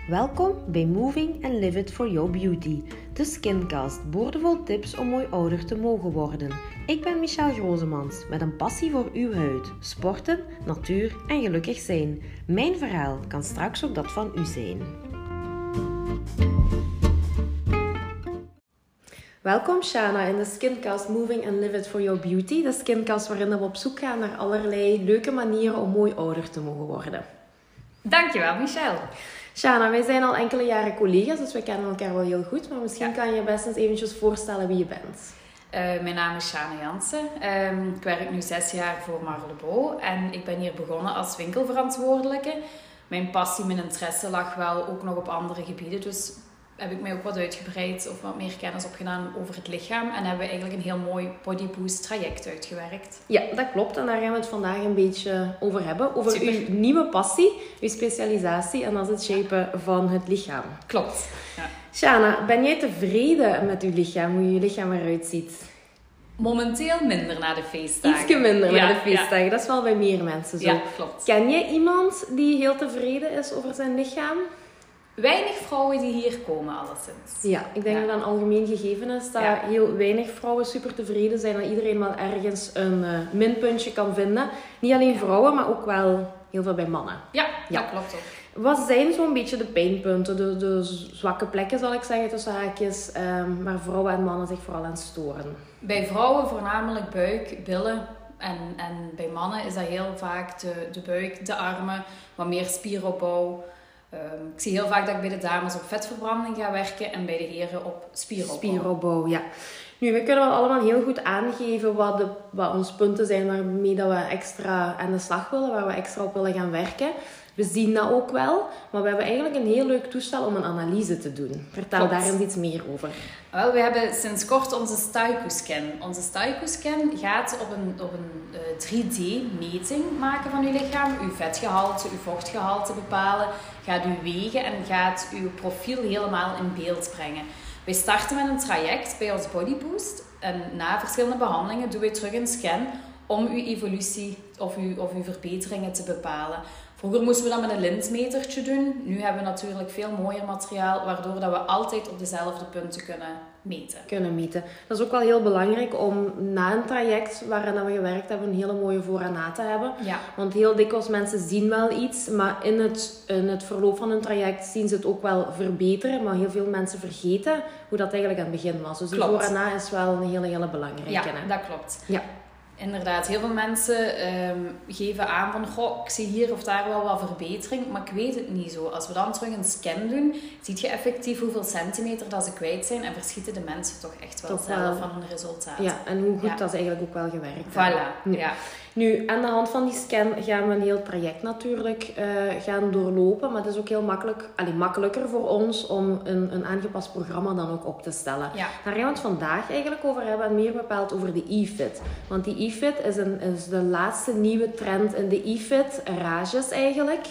Welkom bij Moving and Live It for Your Beauty, de Skincast, boordevol tips om mooi ouder te mogen worden. Ik ben Michelle Grozemans, met een passie voor uw huid, sporten, natuur en gelukkig zijn. Mijn verhaal kan straks ook dat van u zijn. Welkom Shana in de Skincast Moving and Live It for Your Beauty, de Skincast waarin we op zoek gaan naar allerlei leuke manieren om mooi ouder te mogen worden. Dankjewel Michelle. Shana, wij zijn al enkele jaren collega's, dus wij kennen elkaar wel heel goed. Maar misschien kan je best eens eventjes voorstellen wie je bent. Mijn naam is Shana Jansen. Ik werk nu 6 jaar voor Marlebo en ik ben hier begonnen als winkelverantwoordelijke. Mijn passie, mijn interesse lag wel ook nog op andere gebieden, dus heb ik mij ook wat uitgebreid of wat meer kennis opgedaan over het lichaam. En hebben we eigenlijk een heel mooi Body Boost traject uitgewerkt. Ja, dat klopt. En daar gaan we het vandaag een beetje over hebben. Over uw nieuwe passie, uw specialisatie en dat is het shapen van het lichaam. Klopt. Ja. Shana, ben jij tevreden met uw lichaam, hoe je lichaam eruit ziet? Momenteel minder na de feestdagen. Ietsje minder na de feestdagen. Ja. Dat is wel bij meer mensen zo. Ja, klopt. Ken jij iemand die heel tevreden is over zijn lichaam? Weinig vrouwen die hier komen, alleszins. Ja, ik denk dat dat een algemeen gegeven is. Dat heel weinig vrouwen super tevreden zijn. Dat iedereen wel ergens een minpuntje kan vinden. Niet alleen vrouwen, maar ook wel heel veel bij mannen. Ja, dat klopt ook. Wat zijn zo'n beetje de pijnpunten, de zwakke plekken, zal ik zeggen, tussen haakjes, waar vrouwen en mannen zich vooral aan storen? Bij vrouwen voornamelijk buik, billen. En bij mannen is dat heel vaak de buik, de armen, wat meer spieropbouw. Ik zie heel vaak dat ik bij de dames op vetverbranding ga werken en bij de heren op spieropbouw. Spieropbouw, ja. Nu, we kunnen wel allemaal heel goed aangeven wat onze punten zijn waarmee dat we extra aan de slag willen, waar we extra op willen gaan werken. We zien dat ook wel, maar we hebben eigenlijk een heel leuk toestel om een analyse te doen. Vertel daar eens iets meer over. Wel, we hebben sinds kort onze Styco-scan. Onze Styco-scan gaat op een 3D-meting maken van uw lichaam. Uw vetgehalte, uw vochtgehalte bepalen. Gaat u wegen en gaat uw profiel helemaal in beeld brengen. Wij starten met een traject bij ons Body Boost. En na verschillende behandelingen doen we terug een scan om uw evolutie of uw verbeteringen te bepalen. Vroeger moesten we dat met een lintmetertje doen. Nu hebben we natuurlijk veel mooier materiaal, waardoor dat we altijd op dezelfde punten kunnen meten. Dat is ook wel heel belangrijk om na een traject waarin we gewerkt hebben, een hele mooie voor- en na te hebben. Ja. Want heel dikwijls mensen zien wel iets, maar in het verloop van een traject zien ze het ook wel verbeteren. Maar heel veel mensen vergeten hoe dat eigenlijk aan het begin was. Dus die voor- en na is wel een hele belangrijke. Ja, hè? dat klopt. Ja. Inderdaad, heel veel mensen geven aan van, goh, ik zie hier of daar wel wat verbetering, maar ik weet het niet zo. Als we dan terug een scan doen, zie je effectief hoeveel centimeter dat ze kwijt zijn en verschieten de mensen toch echt wel zelf van hun resultaat. Ja, en hoe goed dat is eigenlijk ook wel gewerkt. Voilà, ja. Nu, aan de hand van die scan gaan we een heel traject natuurlijk gaan doorlopen, maar het is ook heel makkelijker voor ons om een aangepast programma dan ook op te stellen. Ja. Daar gaan we het vandaag eigenlijk over hebben en meer bepaald over de e-fit. Want die e-fit is de laatste nieuwe trend in de e-fit, rages eigenlijk.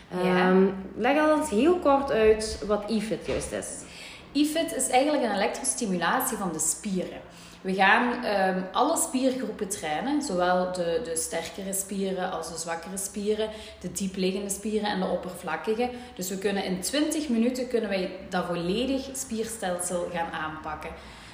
Leg al eens heel kort uit wat e-fit juist is. E-fit is eigenlijk een elektrostimulatie van de spieren. We gaan alle spiergroepen trainen, zowel de sterkere spieren als de zwakkere spieren, de diepliggende spieren en de oppervlakkige. Dus we kunnen in 20 minuten dat volledig spierstelsel gaan aanpakken.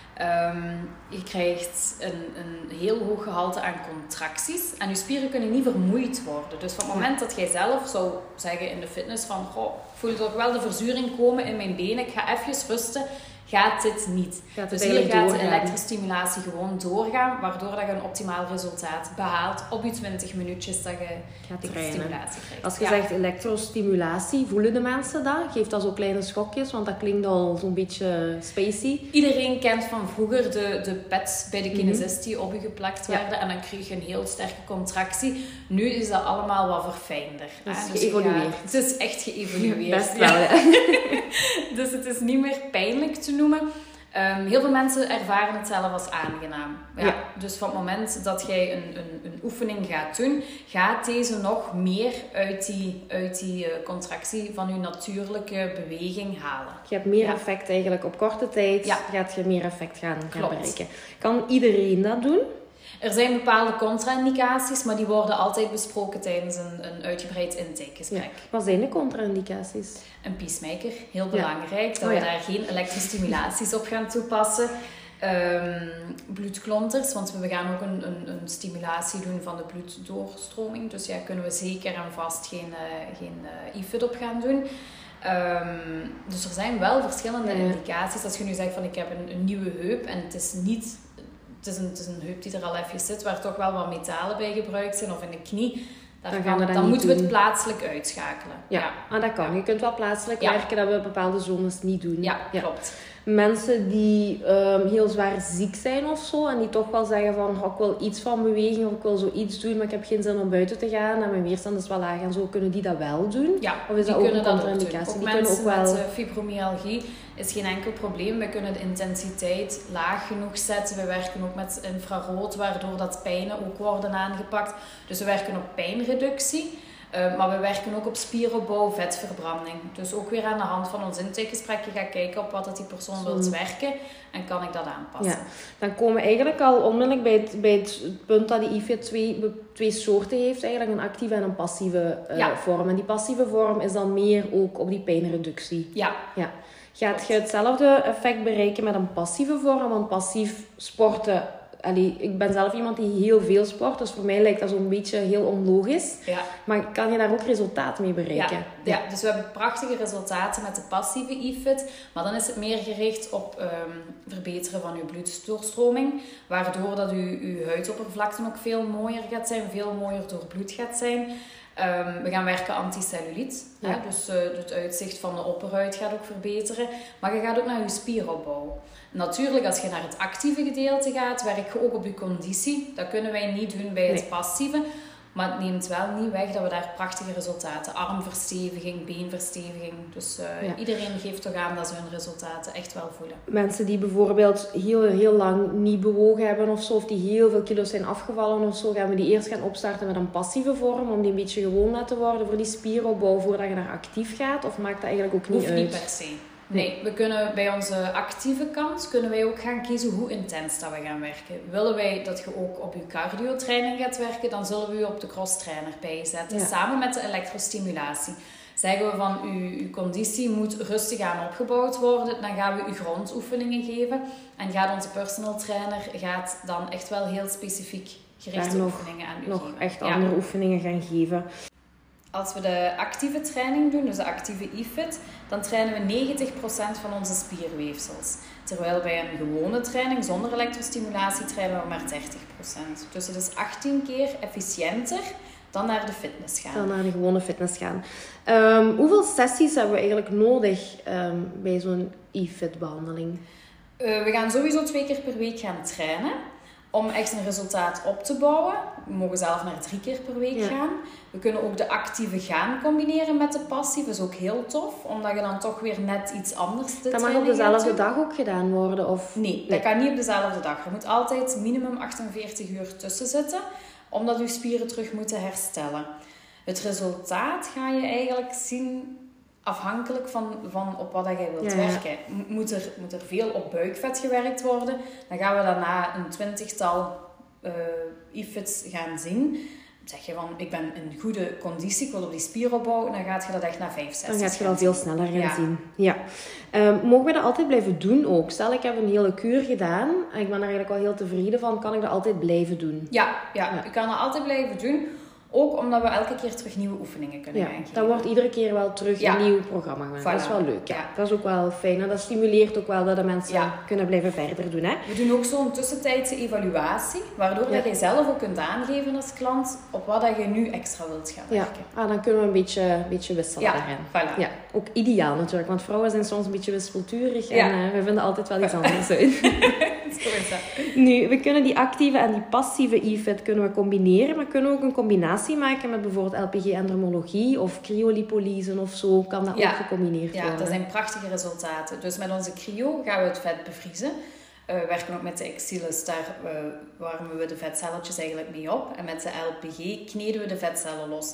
Je krijgt een heel hoog gehalte aan contracties en je spieren kunnen niet vermoeid worden. Dus van het moment dat jij zelf zou zeggen in de fitness van, goh, ik voel toch wel de verzuring komen in mijn benen, ik ga even rusten, gaat dit niet. Dus hier gaat de elektrostimulatie gewoon doorgaan, waardoor dat je een optimaal resultaat behaalt op je 20 minuutjes dat je die stimulatie krijgt. Als je zegt elektrostimulatie, voelen de mensen dat? Geeft dat zo kleine schokjes? Want dat klinkt al zo'n beetje spacey. Iedereen kent van vroeger de pads bij de kinesist die op je geplakt werden en dan kreeg je een heel sterke contractie. Nu is dat allemaal wat verfijnder. Het is geëvolueerd. Het is echt geëvolueerd. Best wel, ja. Dus het is niet meer pijnlijk te noemen. Heel veel mensen ervaren het zelf als aangenaam. Ja. Dus van het moment dat jij een oefening gaat doen, gaat deze nog meer uit die contractie van je natuurlijke beweging halen. Je hebt meer effect eigenlijk op korte tijd. Gaat je meer effect gaan bereiken. Kan iedereen dat doen? Er zijn bepaalde contra-indicaties, maar die worden altijd besproken tijdens een uitgebreid intakegesprek. Ja. Wat zijn de contra-indicaties? Een pacemaker, heel belangrijk, dat we daar geen elektrostimulaties op gaan toepassen. Bloedklonters, want we gaan ook een stimulatie doen van de bloeddoorstroming. Dus kunnen we zeker en vast geen IFID op gaan doen. Dus er zijn wel verschillende indicaties. Als je nu zegt van ik heb een nieuwe heup en het is niet... Het is een heup die er al even zit, waar toch wel wat metalen bij gebruikt zijn, of in de knie. Dan moeten we het plaatselijk uitschakelen. Ja. Dat kan. Je kunt wel plaatselijk werken, dat we bepaalde zones niet doen. Ja, klopt. Mensen die heel zwaar ziek zijn of zo, en die toch wel zeggen van ik wil iets van beweging of ik wil zoiets doen, maar ik heb geen zin om buiten te gaan en mijn weerstand is wel laag en zo, kunnen die dat wel doen? Ja, of is dat ook een contra-indicatie? Ook mensen met fibromyalgie is geen enkel probleem. We kunnen de intensiteit laag genoeg zetten. We werken ook met infrarood, waardoor dat pijnen ook worden aangepakt. Dus we werken op pijnreductie. Maar we werken ook op spieropbouw, vetverbranding. Dus ook weer aan de hand van ons intakegesprek ga kijken op wat dat die persoon wil werken en kan ik dat aanpassen. Ja. Dan komen we eigenlijk al onmiddellijk bij het punt dat die IFID twee soorten heeft. Eigenlijk een actieve en een passieve vorm. En die passieve vorm is dan meer ook op die pijnreductie. Ja. Gaat je hetzelfde effect bereiken met een passieve vorm? Want passief sporten... ik ben zelf iemand die heel veel sport, dus voor mij lijkt dat zo'n beetje heel onlogisch. Ja. Maar kan je daar ook resultaten mee bereiken? Ja, dus we hebben prachtige resultaten met de passieve IFID, maar dan is het meer gericht op verbeteren van uw bloeddoorstroming, waardoor dat uw huidoppervlakte ook veel mooier gaat zijn, veel mooier doorbloed gaat zijn. We gaan werken anticelluliet, dus het uitzicht van de opperhuid gaat ook verbeteren, maar je gaat ook naar je spieropbouw. Natuurlijk, als je naar het actieve gedeelte gaat, werk je ook op je conditie. Dat kunnen wij niet doen bij het passieve. Maar het neemt wel niet weg dat we daar prachtige resultaten... Armversteviging, beenversteviging. Dus iedereen geeft toch aan dat ze hun resultaten echt wel voelen. Mensen die bijvoorbeeld heel lang niet bewogen hebben of zo... of die heel veel kilo's zijn afgevallen of zo... gaan we die eerst gaan opstarten met een passieve vorm... om die een beetje gewoon laten worden voor die spieropbouw... voordat je naar actief gaat? Of maakt dat eigenlijk ook niet uit? Hoeft niet per se. Nee, we kunnen bij onze actieve kant kunnen wij ook gaan kiezen hoe intens dat we gaan werken. Willen wij dat je ook op je cardio-training gaat werken, dan zullen we u op de cross-trainer bijzetten, samen met de elektrostimulatie. Zeggen we van, uw conditie moet rustig aan opgebouwd worden, dan gaan we u grondoefeningen geven. En gaat onze personal trainer dan echt wel heel specifiek gerichte oefeningen aan u geven. Nog echt andere oefeningen gaan geven. Als we de actieve training doen, dus de actieve IFID, dan trainen we 90% van onze spierweefsels. Terwijl bij een gewone training zonder elektrostimulatie trainen we maar 30%. Dus het is 18 keer efficiënter dan naar de fitness gaan. Dan naar de gewone fitness gaan. Hoeveel sessies hebben we eigenlijk nodig bij zo'n IFID-behandeling? We gaan sowieso 2 keer per week gaan trainen. Om echt een resultaat op te bouwen. We mogen zelf naar 3 keer per week gaan. We kunnen ook de actieve gaan combineren met de passieve. Dat is ook heel tof. Omdat je dan toch weer net iets anders Dat mag op dezelfde dag ook gedaan worden? Of? Nee, dat kan niet op dezelfde dag. Er moet altijd minimum 48 uur tussen zitten. Omdat je spieren terug moeten herstellen. Het resultaat ga je eigenlijk zien... afhankelijk van op wat je wilt werken. Moet er veel op buikvet gewerkt worden, dan gaan we daarna een 20-tal IFID's gaan zien. Zeg je van, ik ben in goede conditie, ik wil op die spier opbouwen, dan gaat je dat echt na 5 sessies. Dan gaat je dat veel sneller gaan zien. Ja. Mogen we dat altijd blijven doen ook? Stel, ik heb een hele kuur gedaan en ik ben er eigenlijk al heel tevreden van, kan ik dat altijd blijven doen? Ja. Je kan dat altijd blijven doen. Ook omdat we elke keer terug nieuwe oefeningen kunnen gaan geven. Dan wordt iedere keer wel terug een nieuw programma gemaakt. Voilà. Dat is wel leuk. Ja. Dat is ook wel fijn. En dat stimuleert ook wel dat de mensen kunnen blijven verder doen. Hè? We doen ook zo'n tussentijdse evaluatie. Waardoor dat je zelf ook kunt aangeven als klant op wat dat je nu extra wilt gaan werken. Dan kunnen we een beetje wisselen daarin. Voilà. Ja, ook ideaal natuurlijk. Want vrouwen zijn soms een beetje wispelturig. En we vinden altijd wel iets anders uit. Zo is dat. Nu, we kunnen die actieve en die passieve IFID kunnen we combineren. Maar kunnen we ook een combinatie maken met bijvoorbeeld LPG-andromologie of cryolipolyse of zo. Kan dat ook gecombineerd worden? Ja, dat zijn prachtige resultaten. Dus met onze cryo gaan we het vet bevriezen. We werken ook met de Excilis, daar warmen we de vetcelletjes eigenlijk mee op. En met de LPG kneden we de vetcellen los.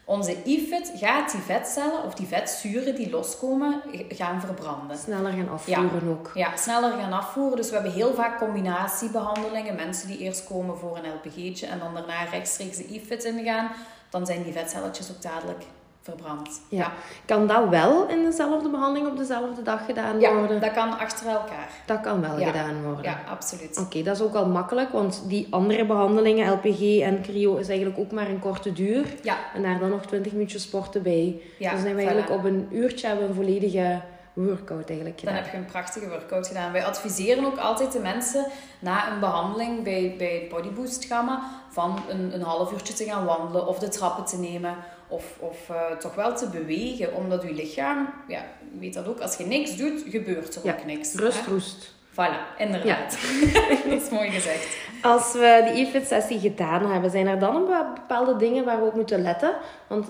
Onze e-fit gaat die vetcellen of die vetzuren die loskomen gaan verbranden. Sneller gaan afvoeren ook. Ja, sneller gaan afvoeren. Dus we hebben heel vaak combinatiebehandelingen. Mensen die eerst komen voor een LPG'tje en dan daarna rechtstreeks de e-fit ingaan. Dan zijn die vetcelletjes ook dadelijk verbrand. Ja. Kan dat wel in dezelfde behandeling op dezelfde dag gedaan worden? Ja, dat kan achter elkaar. Dat kan wel gedaan worden? Ja, absoluut. Oké, dat is ook al makkelijk, want die andere behandelingen, LPG en cryo, is eigenlijk ook maar een korte duur. Ja. En daar dan nog 20 minuutjes sporten bij. Ja, dus dan hebben we eigenlijk op een uurtje hebben we een volledige workout eigenlijk gedaan. Dan heb je een prachtige workout gedaan. Wij adviseren ook altijd de mensen na een behandeling bij het Body Boost gamma van een half uurtje te gaan wandelen of de trappen te nemen of toch wel te bewegen, omdat je lichaam, ja, je weet dat ook, als je niks doet, gebeurt er ook niks. Rust. Voilà, inderdaad. Ja. Dat is mooi gezegd. Als we die e-fit-sessie gedaan hebben, zijn er dan bepaalde dingen waar we op moeten letten? Want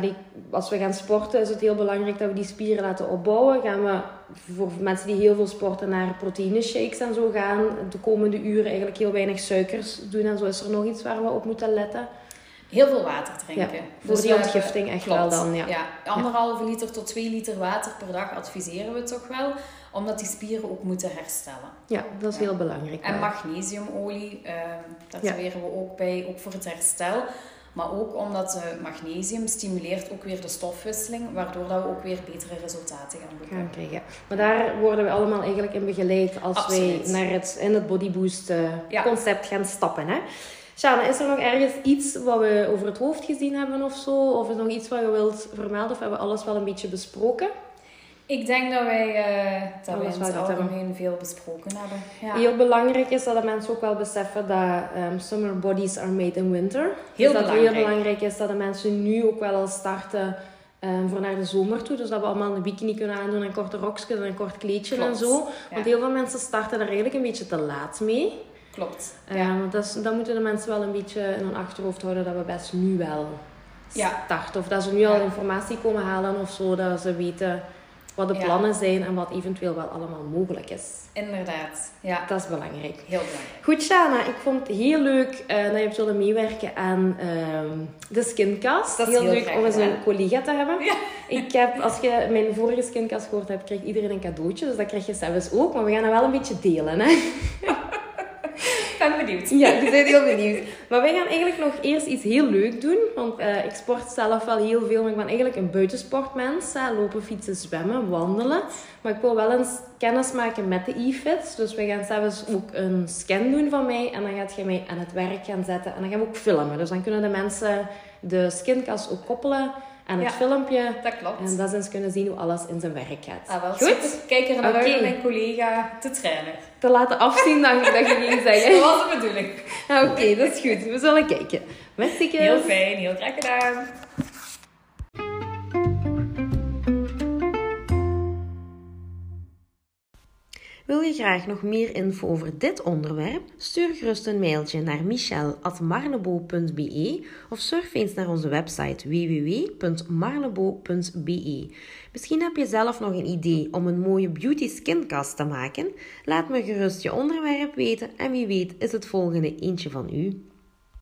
als we gaan sporten is het heel belangrijk dat we die spieren laten opbouwen. Gaan we voor mensen die heel veel sporten naar proteïneshakes en zo gaan, de komende uren eigenlijk heel weinig suikers doen en zo. Is er nog iets waar we op moeten letten? Heel veel water drinken. Ja, voor die ontgifting echt klopt. wel dan. Ja, 1,5 liter tot 2 liter water per dag adviseren we toch wel. Omdat die spieren ook moeten herstellen. Ja, dat is heel belangrijk. En magnesiumolie, daar zweren we ook bij, ook voor het herstel. Maar ook omdat magnesium stimuleert ook weer de stofwisseling, waardoor dat we ook weer betere resultaten gaan krijgen. Maar daar worden we allemaal eigenlijk in begeleid als wij in het Body Boost concept gaan stappen. Hè? Sjane, is er nog ergens iets wat we over het hoofd gezien hebben of zo? Of is er nog iets wat je wilt vermelden? Of hebben we alles wel een beetje besproken? Ik denk dat wij in het algemeen veel besproken hebben. Ja. Heel belangrijk is dat de mensen ook wel beseffen dat summer bodies are made in winter. Heel belangrijk is dat de mensen nu ook wel al starten voor naar de zomer toe. Dus dat we allemaal een bikini kunnen aandoen en korte rokjes en een kort kleedje en zo. Want heel veel mensen starten daar eigenlijk een beetje te laat mee. Klopt. Dat moeten de mensen wel een beetje in hun achterhoofd houden dat we best nu wel starten. Of dat ze nu al informatie komen halen of zo, dat ze weten wat de plannen zijn en wat eventueel wel allemaal mogelijk is. Inderdaad, ja. Dat is belangrijk. Heel belangrijk. Goed, Sjana, ik vond het heel leuk dat je hebt willen meewerken aan de Skincast. Dat is heel leuk om eens een collega te hebben. Ja. Als je mijn vorige Skincast gehoord hebt, krijgt iedereen een cadeautje. Dus dat krijg je zelfs ook. Maar we gaan dat wel een beetje delen, hè. Ik ben benieuwd. Ja, je bent heel benieuwd. Maar wij gaan eigenlijk nog eerst iets heel leuk doen. Want ik sport zelf wel heel veel. Maar ik ben eigenlijk een buitensportmens. Lopen, fietsen, zwemmen, wandelen. Maar ik wil wel eens kennis maken met de e-fit. Dus we gaan zelfs ook een scan doen van mij. En dan gaat je mij aan het werk gaan zetten. En dan gaan we ook filmen. Dus dan kunnen de mensen de Skincast ook koppelen aan het filmpje. Dat klopt. En dat ze eens kunnen zien hoe alles in zijn werk gaat. Wel, goed. Super. Kijk er naar uit om mijn collega te trainen. Te laten afzien dat je ging zeggen. Dat was de bedoeling. Oké, dat is goed. We zullen kijken. Merci. Heel fijn, heel graag gedaan. Wil je graag nog meer info over dit onderwerp? Stuur gerust een mailtje naar michel@marlebo.be of surf eens naar onze website www.marlebo.be. Misschien heb je zelf nog een idee om een mooie beauty skincast te maken? Laat me gerust je onderwerp weten en wie weet is het volgende eentje van u.